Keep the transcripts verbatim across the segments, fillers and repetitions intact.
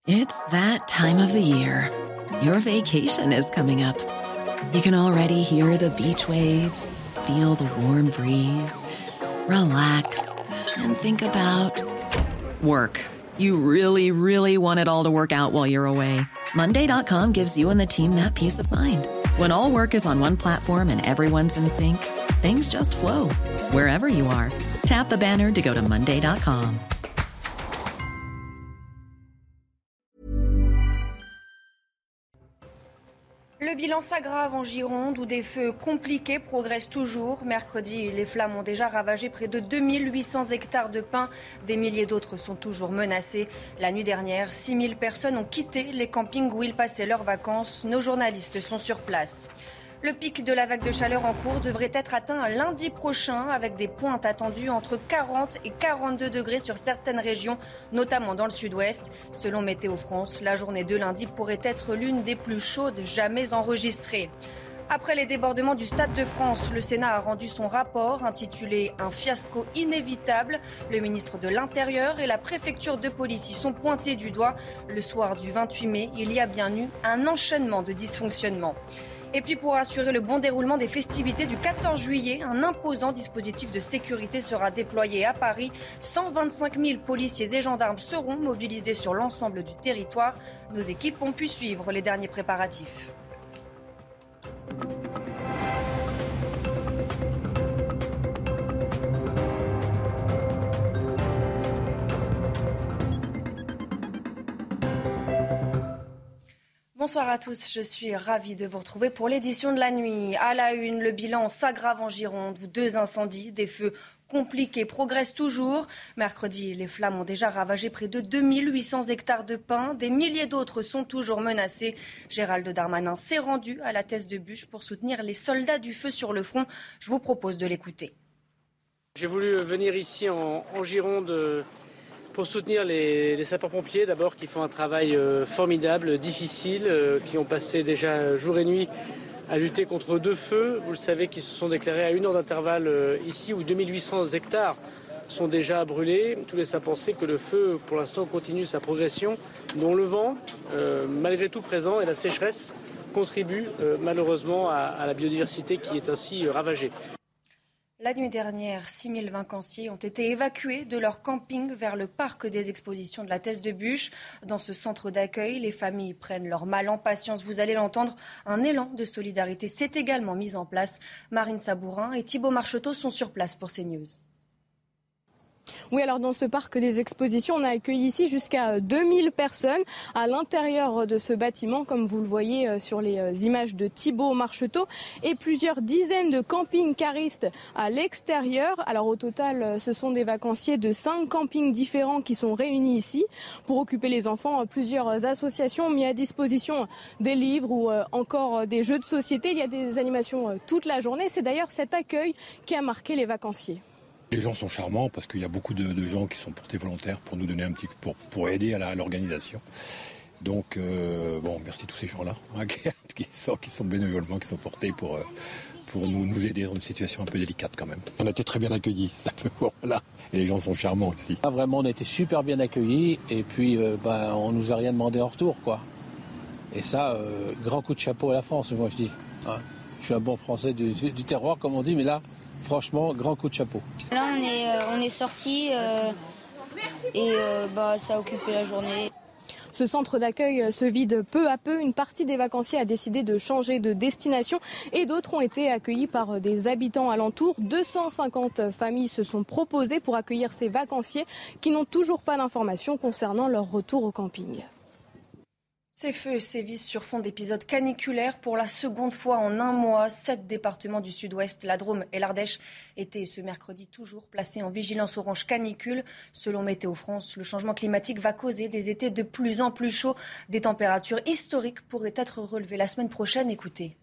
It's that time of the year. Your vacation is coming up. You can already hear the beach waves, feel the warm breeze, relax, and think about work. You really, really want it all to work out while you're away. Monday dot com gives you and the team that peace of mind. When all work is on one platform and everyone's in sync, things just flow. Wherever you are, tap the banner to go to Monday dot com. Le bilan s'aggrave en Gironde où des feux compliqués progressent toujours. Mercredi, les flammes ont déjà ravagé près de deux mille huit cents hectares de pins. Des milliers d'autres sont toujours menacés. La nuit dernière, six mille personnes ont quitté les campings où ils passaient leurs vacances. Nos journalistes sont sur place. Le pic de la vague de chaleur en cours devrait être atteint lundi prochain avec des pointes attendues entre quarante et quarante-deux degrés sur certaines régions, notamment dans le sud-ouest. Selon Météo France, la journée de lundi pourrait être l'une des plus chaudes jamais enregistrées. Après les débordements du Stade de France, le Sénat a rendu son rapport intitulé « Un fiasco inévitable ». Le ministre de l'Intérieur et la préfecture de police y sont pointés du doigt. Le soir du vingt-huit mai, il y a bien eu un enchaînement de dysfonctionnements. Et puis pour assurer le bon déroulement des festivités du quatorze juillet, un imposant dispositif de sécurité sera déployé à Paris. cent vingt-cinq mille policiers et gendarmes seront mobilisés sur l'ensemble du territoire. Nos équipes ont pu suivre les derniers préparatifs. Bonsoir à tous, je suis ravie de vous retrouver pour l'édition de la nuit. À la une, le bilan s'aggrave en Gironde où deux incendies, des feux compliqués progressent toujours. Mercredi, les flammes ont déjà ravagé près de deux mille huit cents hectares de pins. Des milliers d'autres sont toujours menacés. Gérald Darmanin s'est rendu à la Thèse de Buch pour soutenir les soldats du feu sur le front. Je vous propose de l'écouter. J'ai voulu venir ici en, en Gironde pour soutenir les, les sapeurs-pompiers d'abord qui font un travail euh, formidable, difficile, euh, qui ont passé déjà jour et nuit à lutter contre deux feux. Vous le savez, qui se sont déclarés à une heure d'intervalle euh, ici où deux mille huit cents hectares sont déjà brûlés. Tout laisse à penser que le feu pour l'instant continue sa progression, dont le vent, euh, malgré tout présent, et la sécheresse contribuent euh, malheureusement à, à la biodiversité qui est ainsi euh, ravagée. La nuit dernière, six mille vacanciers ont été évacués de leur camping vers le parc des expositions de la Thèse de Buch. Dans ce centre d'accueil, les familles prennent leur mal en patience. Vous allez l'entendre, un élan de solidarité s'est également mis en place. Marine Sabourin et Thibaut Marcheteau sont sur place pour CNews. Oui, alors dans ce parc des expositions, on a accueilli ici jusqu'à deux mille personnes à l'intérieur de ce bâtiment, comme vous le voyez sur les images de Thibaut Marcheteau, et plusieurs dizaines de camping-caristes à l'extérieur. Alors au total, ce sont des vacanciers de cinq campings différents qui sont réunis ici. Pour occuper les enfants, plusieurs associations ont mis à disposition des livres ou encore des jeux de société. Il y a des animations toute la journée. C'est d'ailleurs cet accueil qui a marqué les vacanciers. Les gens sont charmants parce qu'il y a beaucoup de, de gens qui sont portés volontaires pour nous donner un petit pour, pour aider à, la, à l'organisation. Donc euh, bon, merci tous ces gens-là hein, qui, qui, sont, qui sont bénévolement, qui sont portés pour, pour nous, nous aider dans une situation un peu délicate quand même. On a été très bien accueillis, ça peut, voilà. Et les gens sont charmants ici. Ah, vraiment, on a été super bien accueillis et puis euh, bah, on nous a rien demandé en retour, quoi. Et ça, euh, grand coup de chapeau à la France, moi je dis. Hein. Je suis un bon Français du, du, du terroir, comme on dit, mais là, franchement, grand coup de chapeau. Là, on est, euh, on est sortis euh, et euh, bah, ça a occupé la journée. Ce centre d'accueil se vide peu à peu. Une partie des vacanciers a décidé de changer de destination et d'autres ont été accueillis par des habitants alentours. deux cent cinquante familles se sont proposées pour accueillir ces vacanciers qui n'ont toujours pas d'informations concernant leur retour au camping. Ces feux sévissent sur fond d'épisodes caniculaires pour la seconde fois en un mois. Sept départements du sud-ouest, la Drôme et l'Ardèche, étaient ce mercredi toujours placés en vigilance orange canicule. Selon Météo France, le changement climatique va causer des étés de plus en plus chauds. Des températures historiques pourraient être relevées la semaine prochaine. Écoutez.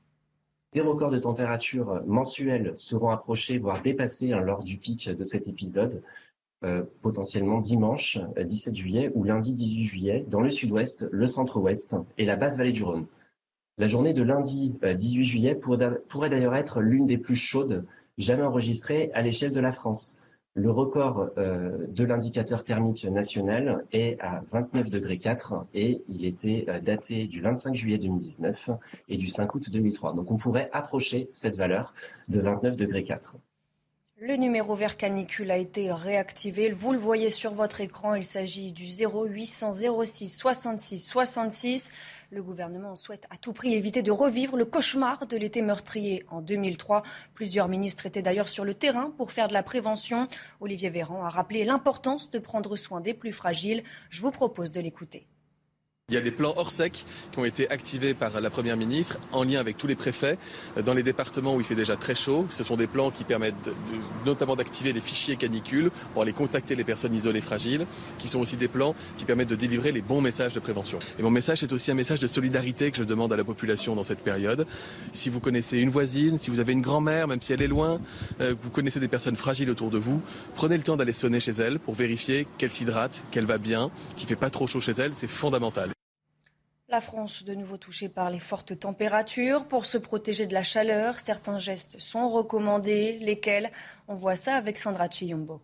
Des records de température mensuels seront approchés, voire dépassés hein, lors du pic de cet épisode. Euh, potentiellement dimanche dix-sept juillet ou lundi dix-huit juillet dans le sud-ouest, le centre-ouest et la basse vallée du Rhône. La journée de lundi euh, dix-huit juillet pourrait, pourrait d'ailleurs être l'une des plus chaudes jamais enregistrées à l'échelle de la France. Le record euh, de l'indicateur thermique national est à vingt-neuf degrés quatre et il était euh, daté du vingt-cinq juillet deux mille dix-neuf et du cinq août deux mille trois. Donc on pourrait approcher cette valeur de vingt-neuf degrés quatre. Le numéro vert canicule a été réactivé. Vous le voyez sur votre écran. Il s'agit du zéro huit cent zéro six soixante-six soixante-six. Le gouvernement souhaite à tout prix éviter de revivre le cauchemar de l'été meurtrier en deux mille trois. Plusieurs ministres étaient d'ailleurs sur le terrain pour faire de la prévention. Olivier Véran a rappelé l'importance de prendre soin des plus fragiles. Je vous propose de l'écouter. Il y a des plans hors sec qui ont été activés par la Première ministre en lien avec tous les préfets dans les départements où il fait déjà très chaud. Ce sont des plans qui permettent de, de, notamment d'activer les fichiers canicules pour aller contacter les personnes isolées fragiles, qui sont aussi des plans qui permettent de délivrer les bons messages de prévention. Et mon message est aussi un message de solidarité que je demande à la population dans cette période. Si vous connaissez une voisine, si vous avez une grand-mère, même si elle est loin, euh, vous connaissez des personnes fragiles autour de vous, prenez le temps d'aller sonner chez elle pour vérifier qu'elle s'hydrate, qu'elle va bien, qu'il ne fait pas trop chaud chez elle, c'est fondamental. La France, de nouveau touchée par les fortes températures. Pour se protéger de la chaleur, certains gestes sont recommandés. Lesquels ? On voit ça avec Sandra Chiyombo.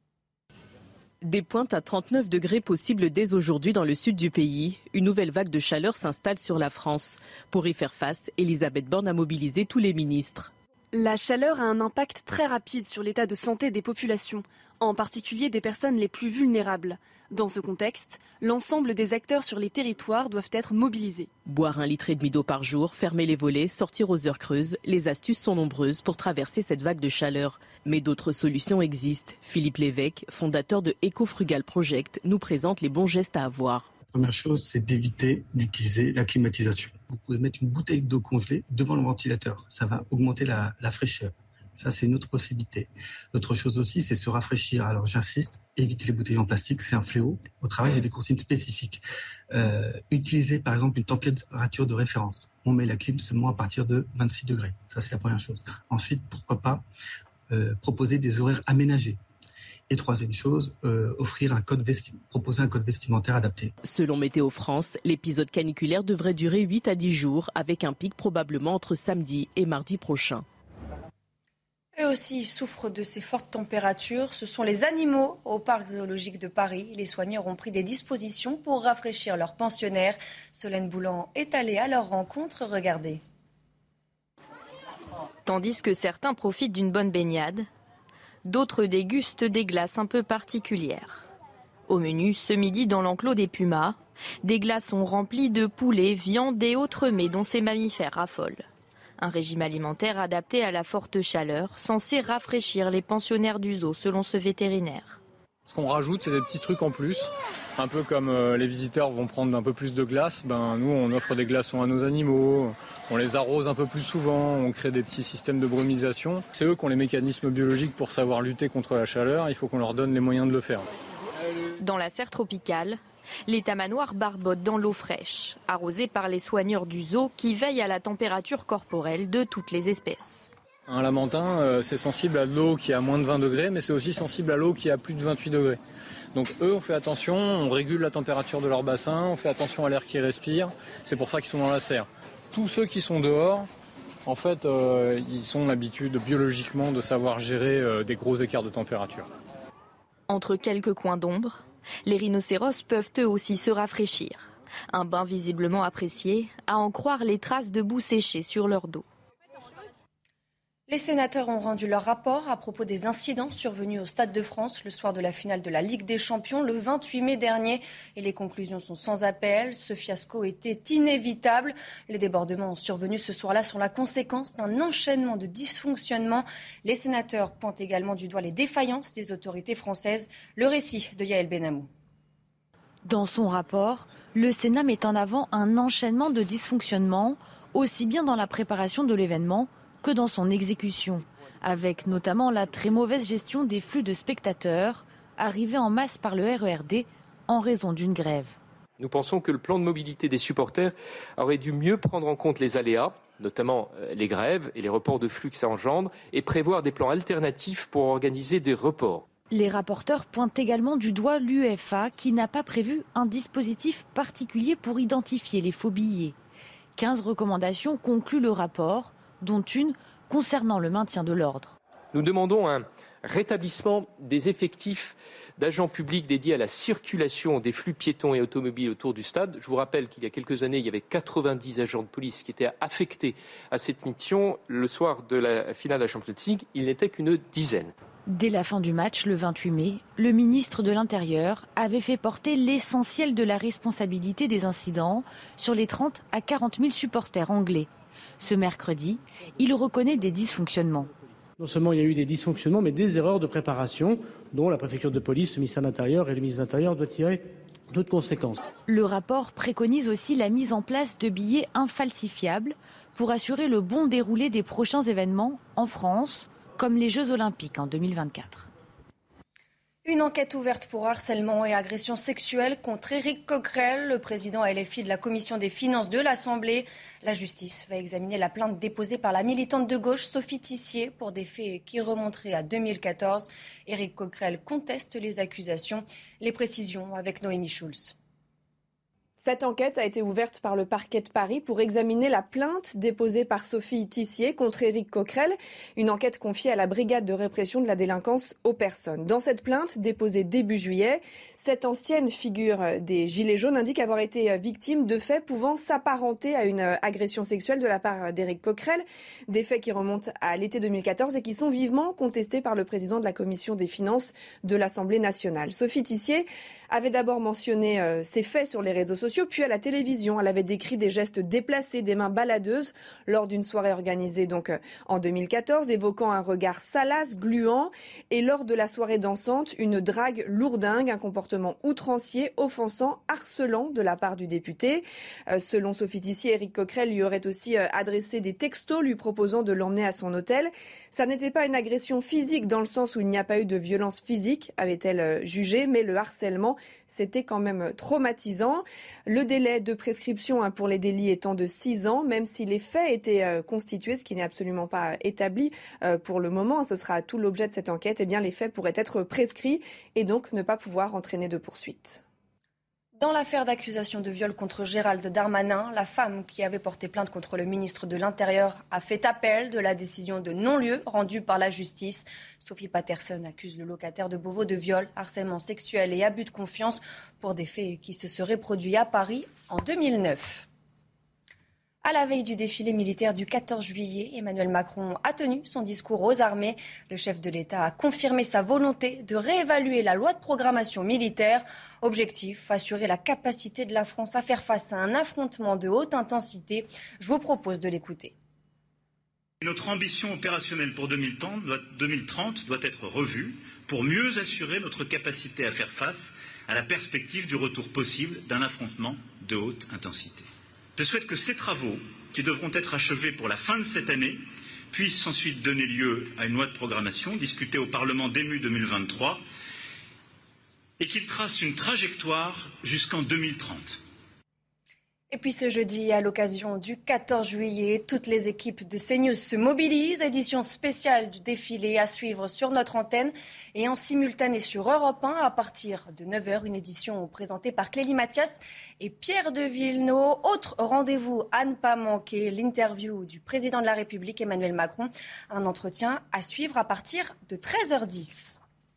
Des pointes à trente-neuf degrés possibles dès aujourd'hui dans le sud du pays. Une nouvelle vague de chaleur s'installe sur la France. Pour y faire face, Elisabeth Borne a mobilisé tous les ministres. La chaleur a un impact très rapide sur l'état de santé des populations, en particulier des personnes les plus vulnérables. Dans ce contexte, l'ensemble des acteurs sur les territoires doivent être mobilisés. Boire un litre et demi d'eau par jour, fermer les volets, sortir aux heures creuses, les astuces sont nombreuses pour traverser cette vague de chaleur. Mais d'autres solutions existent. Philippe Lévesque, fondateur de Ecofrugal Project, nous présente les bons gestes à avoir. La première chose, c'est d'éviter d'utiliser la climatisation. Vous pouvez mettre une bouteille d'eau congelée devant le ventilateur. Ça va augmenter la, la fraîcheur. Ça, c'est une autre possibilité. L'autre chose aussi, c'est se rafraîchir. Alors, j'insiste, éviter les bouteilles en plastique, c'est un fléau. Au travail, j'ai des consignes spécifiques. Euh, utiliser, par exemple, une température de référence. On met la clim seulement à partir de vingt-six degrés. Ça, c'est la première chose. Ensuite, pourquoi pas euh, proposer des horaires aménagés. Et troisième chose, euh, offrir un code vesti- proposer un code vestimentaire adapté. Selon Météo France, l'épisode caniculaire devrait durer huit à dix jours, avec un pic probablement entre samedi et mardi prochain. Eux aussi souffrent de ces fortes températures. Ce sont les animaux au parc zoologique de Paris. Les soigneurs ont pris des dispositions pour rafraîchir leurs pensionnaires. Solène Boulan est allée à leur rencontre. Regardez. Tandis que certains profitent d'une bonne baignade, d'autres dégustent des glaces un peu particulières. Au menu, ce midi dans l'enclos des pumas, des glaçons remplis de poulet, viande et autres mets dont ces mammifères raffolent. Un régime alimentaire adapté à la forte chaleur, censé rafraîchir les pensionnaires du zoo, selon ce vétérinaire. Ce qu'on rajoute, c'est des petits trucs en plus. Un peu comme euh, les visiteurs vont prendre un peu plus de glace, ben, nous on offre des glaçons à nos animaux, on les arrose un peu plus souvent, on crée des petits systèmes de brumisation. C'est eux qui ont les mécanismes biologiques pour savoir lutter contre la chaleur, il faut qu'on leur donne les moyens de le faire. Dans la serre tropicale, les tamanoirs barbotent dans l'eau fraîche, arrosés par les soigneurs du zoo qui veillent à la température corporelle de toutes les espèces. Un lamantin, euh, c'est sensible à l'eau qui est à moins de vingt degrés, mais c'est aussi sensible à l'eau qui est à plus de vingt-huit degrés. Donc eux, on fait attention, on régule la température de leur bassin, on fait attention à l'air qu'ils respirent, c'est pour ça qu'ils sont dans la serre. Tous ceux qui sont dehors, en fait, euh, ils ont l'habitude biologiquement de savoir gérer euh, des gros écarts de température. Entre quelques coins d'ombre, les rhinocéros peuvent eux aussi se rafraîchir. Un bain visiblement apprécié, à en croire les traces de boue séchée sur leur dos. Les sénateurs ont rendu leur rapport à propos des incidents survenus au Stade de France le soir de la finale de la Ligue des Champions le vingt-huit mai dernier. Et les conclusions sont sans appel. Ce fiasco était inévitable. Les débordements survenus ce soir-là sont la conséquence d'un enchaînement de dysfonctionnements. Les sénateurs pointent également du doigt les défaillances des autorités françaises. Le récit de Yael Benamou. Dans son rapport, le Sénat met en avant un enchaînement de dysfonctionnements, aussi bien dans la préparation de l'événement que dans son exécution, avec notamment la très mauvaise gestion des flux de spectateurs arrivés en masse par le R E R D en raison d'une grève. Nous pensons que le plan de mobilité des supporters aurait dû mieux prendre en compte les aléas, notamment les grèves et les reports de flux que ça engendre, et prévoir des plans alternatifs pour organiser des reports. Les rapporteurs pointent également du doigt l'UEFA qui n'a pas prévu un dispositif particulier pour identifier les faux billets. quinze recommandations concluent le rapport, dont une concernant le maintien de l'ordre. Nous demandons un, rétablissement des effectifs d'agents publics dédiés à la circulation des flux piétons et automobiles autour du stade. Je vous rappelle qu'il y a quelques années, il y avait quatre-vingt-dix agents de police qui étaient affectés à cette mission. Le soir de la finale de la Champions League, il n'était qu'une dizaine. Dès la fin du match, le vingt-huit mai, le ministre de l'Intérieur avait fait porter l'essentiel de la responsabilité des incidents sur les trente à quarante mille supporters anglais. Ce mercredi, il reconnaît des dysfonctionnements. Non seulement il y a eu des dysfonctionnements, mais des erreurs de préparation dont la préfecture de police, le ministère de l'Intérieur et le ministre de l'Intérieur doivent tirer toutes conséquences. Le rapport préconise aussi la mise en place de billets infalsifiables pour assurer le bon déroulé des prochains événements en France, comme les Jeux Olympiques en deux mille vingt-quatre. Une enquête ouverte pour harcèlement et agression sexuelle contre Éric Coquerel, le président L F I de la Commission des finances de l'Assemblée. La justice va examiner la plainte déposée par la militante de gauche Sophie Tissier pour des faits qui remonteraient à deux mille quatorze. Éric Coquerel conteste les accusations. Les précisions avec Noémie Schulz. Cette enquête a été ouverte par le parquet de Paris pour examiner la plainte déposée par Sophie Tissier contre Éric Coquerel, une enquête confiée à la brigade de répression de la délinquance aux personnes. Dans cette plainte déposée début juillet, cette ancienne figure des Gilets jaunes indique avoir été victime de faits pouvant s'apparenter à une agression sexuelle de la part d'Éric Coquerel, des faits qui remontent à l'été deux mille quatorze et qui sont vivement contestés par le président de la Commission des finances de l'Assemblée nationale. Sophie Tissier avait d'abord mentionné euh, ces faits sur les réseaux sociaux, puis à la télévision. Elle avait décrit des gestes déplacés, des mains baladeuses lors d'une soirée organisée donc euh, en deux mille quatorze, évoquant un regard salace, gluant, et lors de la soirée dansante, une drague lourdingue, un comportement outrancier, offensant, harcelant de la part du député. Euh, selon Sophie Tissier, Éric Coquerel lui aurait aussi euh, adressé des textos lui proposant de l'emmener à son hôtel. Ça n'était pas une agression physique dans le sens où il n'y a pas eu de violence physique, avait-elle euh, jugé, mais le harcèlement, c'était quand même traumatisant. Le délai de prescription hein, pour les délits étant de six ans, même si les faits étaient euh, constitués, ce qui n'est absolument pas établi euh, pour le moment, hein, ce sera tout l'objet de cette enquête, eh bien les faits pourraient être prescrits et donc ne pas pouvoir entraîner de poursuites. Dans l'affaire d'accusation de viol contre Gérald Darmanin, la femme qui avait porté plainte contre le ministre de l'Intérieur a fait appel de la décision de non-lieu rendue par la justice. Sophie Patterson accuse le locataire de Beauvau de viol, harcèlement sexuel et abus de confiance pour des faits qui se seraient produits à Paris en deux mille neuf. À la veille du défilé militaire du quatorze juillet, Emmanuel Macron a tenu son discours aux armées. Le chef de l'État a confirmé sa volonté de réévaluer la loi de programmation militaire. Objectif, assurer la capacité de la France à faire face à un affrontement de haute intensité. Je vous propose de l'écouter. Notre ambition opérationnelle pour deux mille trente doit, deux mille trente doit être revue pour mieux assurer notre capacité à faire face à la perspective du retour possible d'un affrontement de haute intensité. Je souhaite que ces travaux, qui devront être achevés pour la fin de cette année, puissent ensuite donner lieu à une loi de programmation discutée au Parlement début deux mille vingt-trois et qu'ils tracent une trajectoire jusqu'en deux mille trente. Et puis ce jeudi, à l'occasion du quatorze juillet, toutes les équipes de CNews se mobilisent. Édition spéciale du défilé à suivre sur notre antenne et en simultané sur Europe un à partir de neuf heures. Une édition présentée par Clélie Mathias et Pierre de Villeneuve. Autre rendez-vous à ne pas manquer, l'interview du président de la République Emmanuel Macron. Un entretien à suivre à partir de treize heures dix.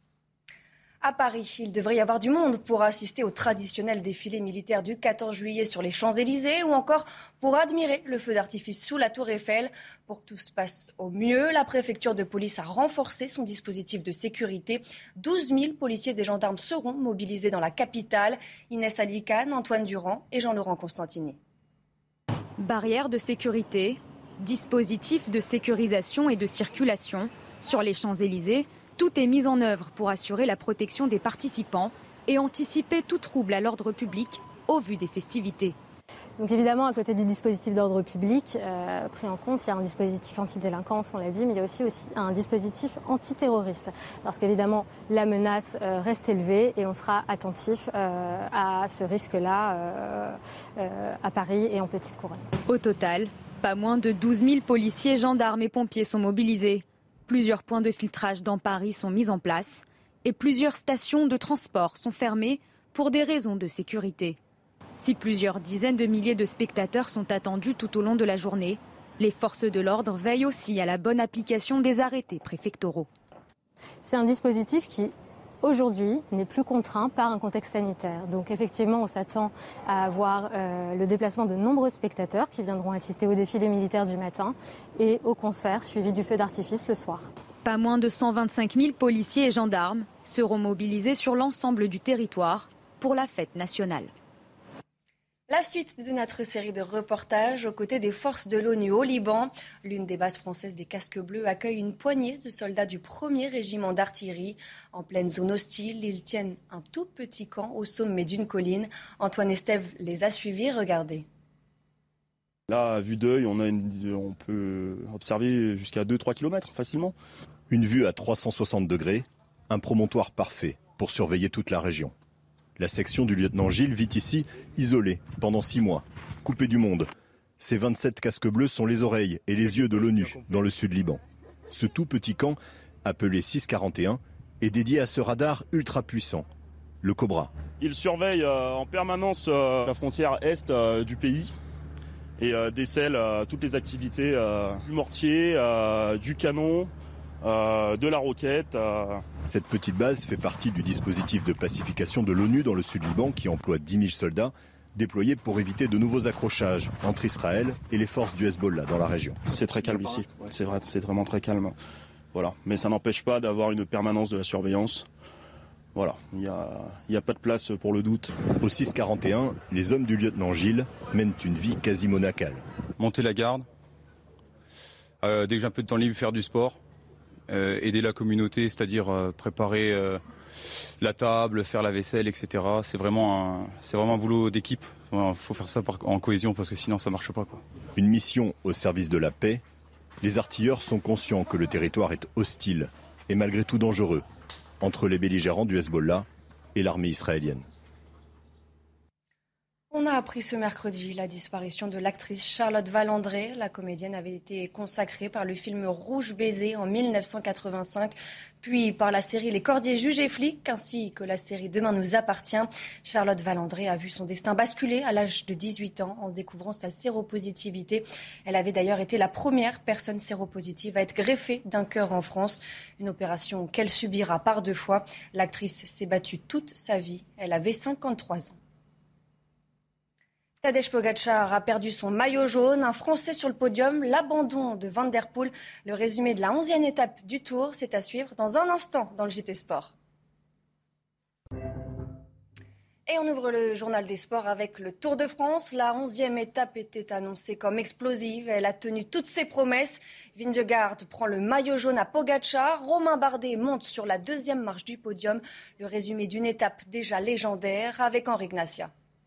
À Paris, il devrait y avoir du monde pour assister au traditionnel défilé militaire du quatorze juillet sur les Champs-Élysées ou encore pour admirer le feu d'artifice sous la Tour Eiffel. Pour que tout se passe au mieux, la préfecture de police a renforcé son dispositif de sécurité. douze mille policiers et gendarmes seront mobilisés dans la capitale. Inès Alicane, Antoine Durand et Jean-Laurent Constantini. Barrières de sécurité, dispositifs de sécurisation et de circulation sur les Champs-Élysées. Tout est mis en œuvre pour assurer la protection des participants et anticiper tout trouble à l'ordre public au vu des festivités. Donc évidemment, à côté du dispositif d'ordre public euh, pris en compte, il y a un dispositif antidélinquance, on l'a dit, mais il y a aussi, aussi un dispositif antiterroriste. Parce qu'évidemment, la menace euh, reste élevée et on sera attentif euh, à ce risque-là euh, euh, à Paris et en Petite Couronne. Au total, pas moins de douze mille policiers, gendarmes et pompiers sont mobilisés. Plusieurs points de filtrage dans Paris sont mis en place et plusieurs stations de transport sont fermées pour des raisons de sécurité. Si plusieurs dizaines de milliers de spectateurs sont attendus tout au long de la journée, les forces de l'ordre veillent aussi à la bonne application des arrêtés préfectoraux. C'est un dispositif qui, aujourd'hui, n'est plus contraint par un contexte sanitaire. Donc effectivement, on s'attend à avoir euh, le déplacement de nombreux spectateurs qui viendront assister au défilé militaire du matin et au concert suivi du feu d'artifice le soir. Pas moins de cent vingt-cinq mille policiers et gendarmes seront mobilisés sur l'ensemble du territoire pour la fête nationale. La suite de notre série de reportages aux côtés des forces de l'ONU au Liban. L'une des bases françaises des Casques Bleus accueille une poignée de soldats du premier régiment d'artillerie. En pleine zone hostile, ils tiennent un tout petit camp au sommet d'une colline. Antoine Estève les a suivis, regardez. Là, à vue d'œil, on, a une, on peut observer jusqu'à deux à trois kilomètres facilement. Une vue à trois cent soixante degrés, un promontoire parfait pour surveiller toute la région. La section du lieutenant Gilles vit ici, isolée, pendant six mois, coupée du monde. Ces vingt-sept casques bleus sont les oreilles et les yeux de l'ONU dans le sud Liban. Ce tout petit camp, appelé six quarante et un, est dédié à ce radar ultra puissant, le Cobra. Il surveille euh, en permanence euh, la frontière est euh, du pays et euh, décèle euh, toutes les activités euh, du mortier, euh, du canon, Euh, de la roquette. Euh... Cette petite base fait partie du dispositif de pacification de l'ONU dans le sud Liban qui emploie dix mille soldats déployés pour éviter de nouveaux accrochages entre Israël et les forces du Hezbollah dans la région. C'est très calme ici, c'est vrai, c'est vraiment très calme. Voilà. Mais ça n'empêche pas d'avoir une permanence de la surveillance. Voilà, il n'y a, y a pas de place pour le doute. Au six quarante et un, les hommes du lieutenant Gilles mènent une vie quasi monacale. Monter la garde, euh, dès que j'ai un peu de temps libre, faire du sport. Euh, aider la communauté, c'est-à-dire euh, préparer euh, la table, faire la vaisselle, et cetera. C'est vraiment un, c'est vraiment un boulot d'équipe. Il faut faire ça par, en cohésion parce que sinon ça ne marche pas, quoi. Une mission au service de la paix. Les artilleurs sont conscients que le territoire est hostile et malgré tout dangereux entre les belligérants du Hezbollah et l'armée israélienne. On a appris ce mercredi la disparition de l'actrice Charlotte Valandré. La comédienne avait été consacrée par le film Rouge Baiser en mille neuf cent quatre-vingt-cinq, puis par la série Les Cordiers juges et flics, ainsi que la série Demain nous appartient. Charlotte Valandré a vu son destin basculer à l'âge de dix-huit ans en découvrant sa séropositivité. Elle avait d'ailleurs été la première personne séropositive à être greffée d'un cœur en France, une opération qu'elle subira par deux fois. L'actrice s'est battue toute sa vie. Elle avait cinquante-trois ans. Tadej Pogačar a perdu son maillot jaune, un Français sur le podium, l'abandon de Van der Poel. Le résumé de la onzième étape du Tour, c'est à suivre dans un instant dans le J T Sport. Et on ouvre le journal des sports avec le Tour de France. La onzième étape était annoncée comme explosive. Elle a tenu toutes ses promesses. Vingegaard prend le maillot jaune à Pogačar. Romain Bardet monte sur la deuxième marche du podium. Le résumé d'une étape déjà légendaire avec Henri Ignacia.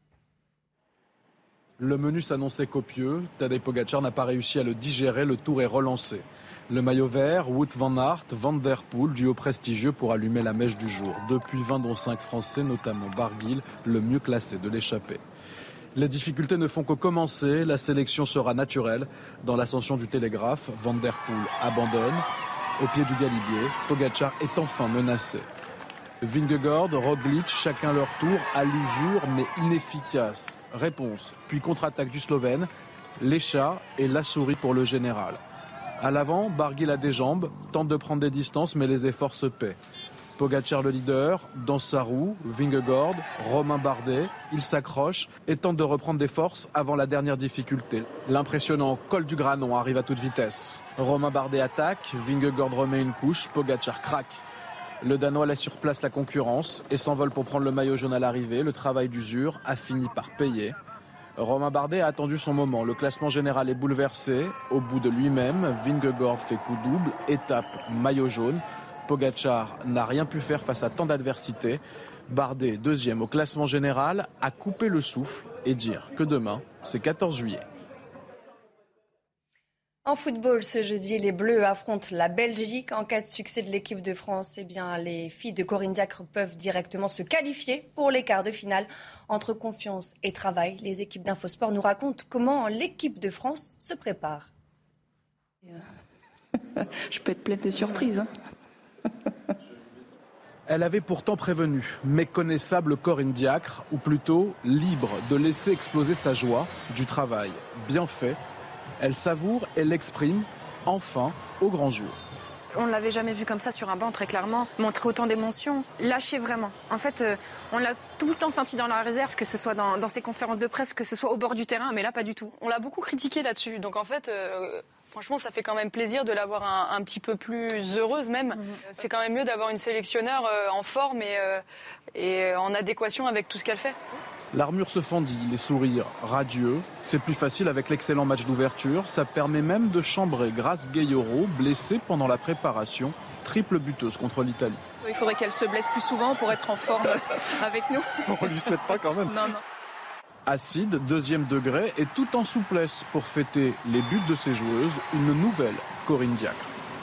Le menu s'annonçait copieux. Tadej Pogačar n'a pas réussi à le digérer. Le Tour est relancé. Le maillot vert, Wout van Aert, Van der Poel, duo prestigieux pour allumer la mèche du jour. Depuis vingt dont cinq Français, notamment Barguil, le mieux classé de l'échappée. Les difficultés ne font que commencer. La sélection sera naturelle. Dans l'ascension du Télégraphe, Van der Poel abandonne. Au pied du Galibier, Pogačar est enfin menacé. Vingegaard, Roglic, chacun leur tour, à l'usure mais inefficace. Réponse, puis contre-attaque du Slovène, Lecha et la souris pour le général. À l'avant, Barguil a des jambes, tente de prendre des distances mais les efforts se paient. Pogačar le leader, dans sa roue, Vingegaard, Romain Bardet, il s'accroche et tente de reprendre des forces avant la dernière difficulté. L'impressionnant col du Granon arrive à toute vitesse. Romain Bardet attaque, Vingegaard remet une couche, Pogačar craque. Le Danois laisse sur place la concurrence et s'envole pour prendre le maillot jaune à l'arrivée. Le travail d'usure a fini par payer. Romain Bardet a attendu son moment. Le classement général est bouleversé. Au bout de lui-même, Vingegaard fait coup double, étape maillot jaune. Pogačar n'a rien pu faire face à tant d'adversité. Bardet, deuxième au classement général, a coupé le souffle et dire que demain, c'est quatorze juillet. En football, ce jeudi, les Bleus affrontent la Belgique. En cas de succès de l'équipe de France, eh bien, les filles de Corinne Diacre peuvent directement se qualifier pour les quarts de finale. Entre confiance et travail, les équipes d'Infosport nous racontent comment l'équipe de France se prépare. Je peux être pleine de surprises. Hein. Elle avait pourtant prévenu, méconnaissable Corinne Diacre, ou plutôt libre de laisser exploser sa joie, du travail bien fait. Elle savoure et l'exprime, enfin, au grand jour. On ne l'avait jamais vu comme ça sur un banc, très clairement. Montrer autant d'émotions, lâcher vraiment. En fait, euh, on l'a tout le temps senti dans la réserve, que ce soit dans, dans ses conférences de presse, que ce soit au bord du terrain, mais là, pas du tout. On l'a beaucoup critiqué là-dessus. Donc en fait, euh, franchement, ça fait quand même plaisir de l'avoir un, un petit peu plus heureuse même. Mmh. C'est quand même mieux d'avoir une sélectionneur euh, en forme et, euh, et en adéquation avec tout ce qu'elle fait. L'armure se fendit, les sourires radieux. C'est plus facile avec l'excellent match d'ouverture. Ça permet même de chambrer Grace Gayoro, blessée pendant la préparation. Triple buteuse contre l'Italie. Il faudrait qu'elle se blesse plus souvent pour être en forme avec nous. On lui souhaite pas quand même. Non, non. Acide, deuxième degré et tout en souplesse pour fêter les buts de ses joueuses. Une nouvelle Corinne Diacre.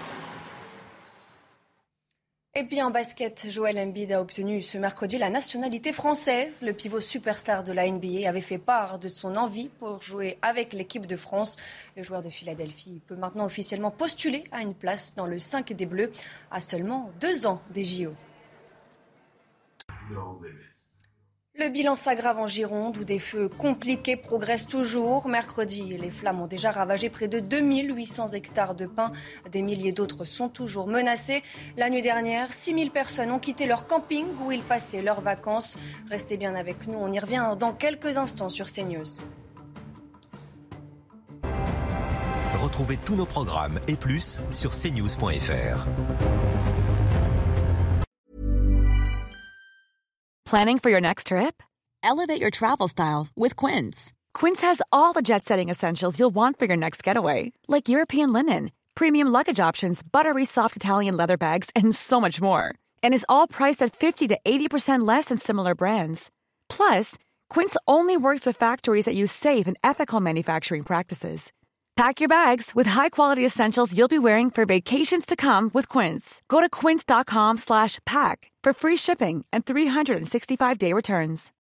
Et puis en basket, Joel Embiid a obtenu ce mercredi la nationalité française. Le pivot superstar de la N B A avait fait part de son envie pour jouer avec l'équipe de France. Le joueur de Philadelphie peut maintenant officiellement postuler à une place dans le cinq des Bleus à seulement deux ans des J O. Le bilan s'aggrave en Gironde où des feux compliqués progressent toujours. Mercredi, les flammes ont déjà ravagé près de deux mille huit cents hectares de pins. Des milliers d'autres sont toujours menacés. La nuit dernière, six mille personnes ont quitté leur camping où ils passaient leurs vacances. Restez bien avec nous, on y revient dans quelques instants sur CNews. Retrouvez tous nos programmes et plus sur c news point f r. Planning for your next trip? Elevate your travel style with Quince. Quince has all the jet-setting essentials you'll want for your next getaway, like European linen, premium luggage options, buttery soft Italian leather bags, and so much more. And is all priced at fifty to eighty percent less than similar brands. Plus, Quince only works with factories that use safe and ethical manufacturing practices. Pack your bags with high-quality essentials you'll be wearing for vacations to come with Quince. Go to quince dot com slash pack for free shipping and three sixty-five day returns.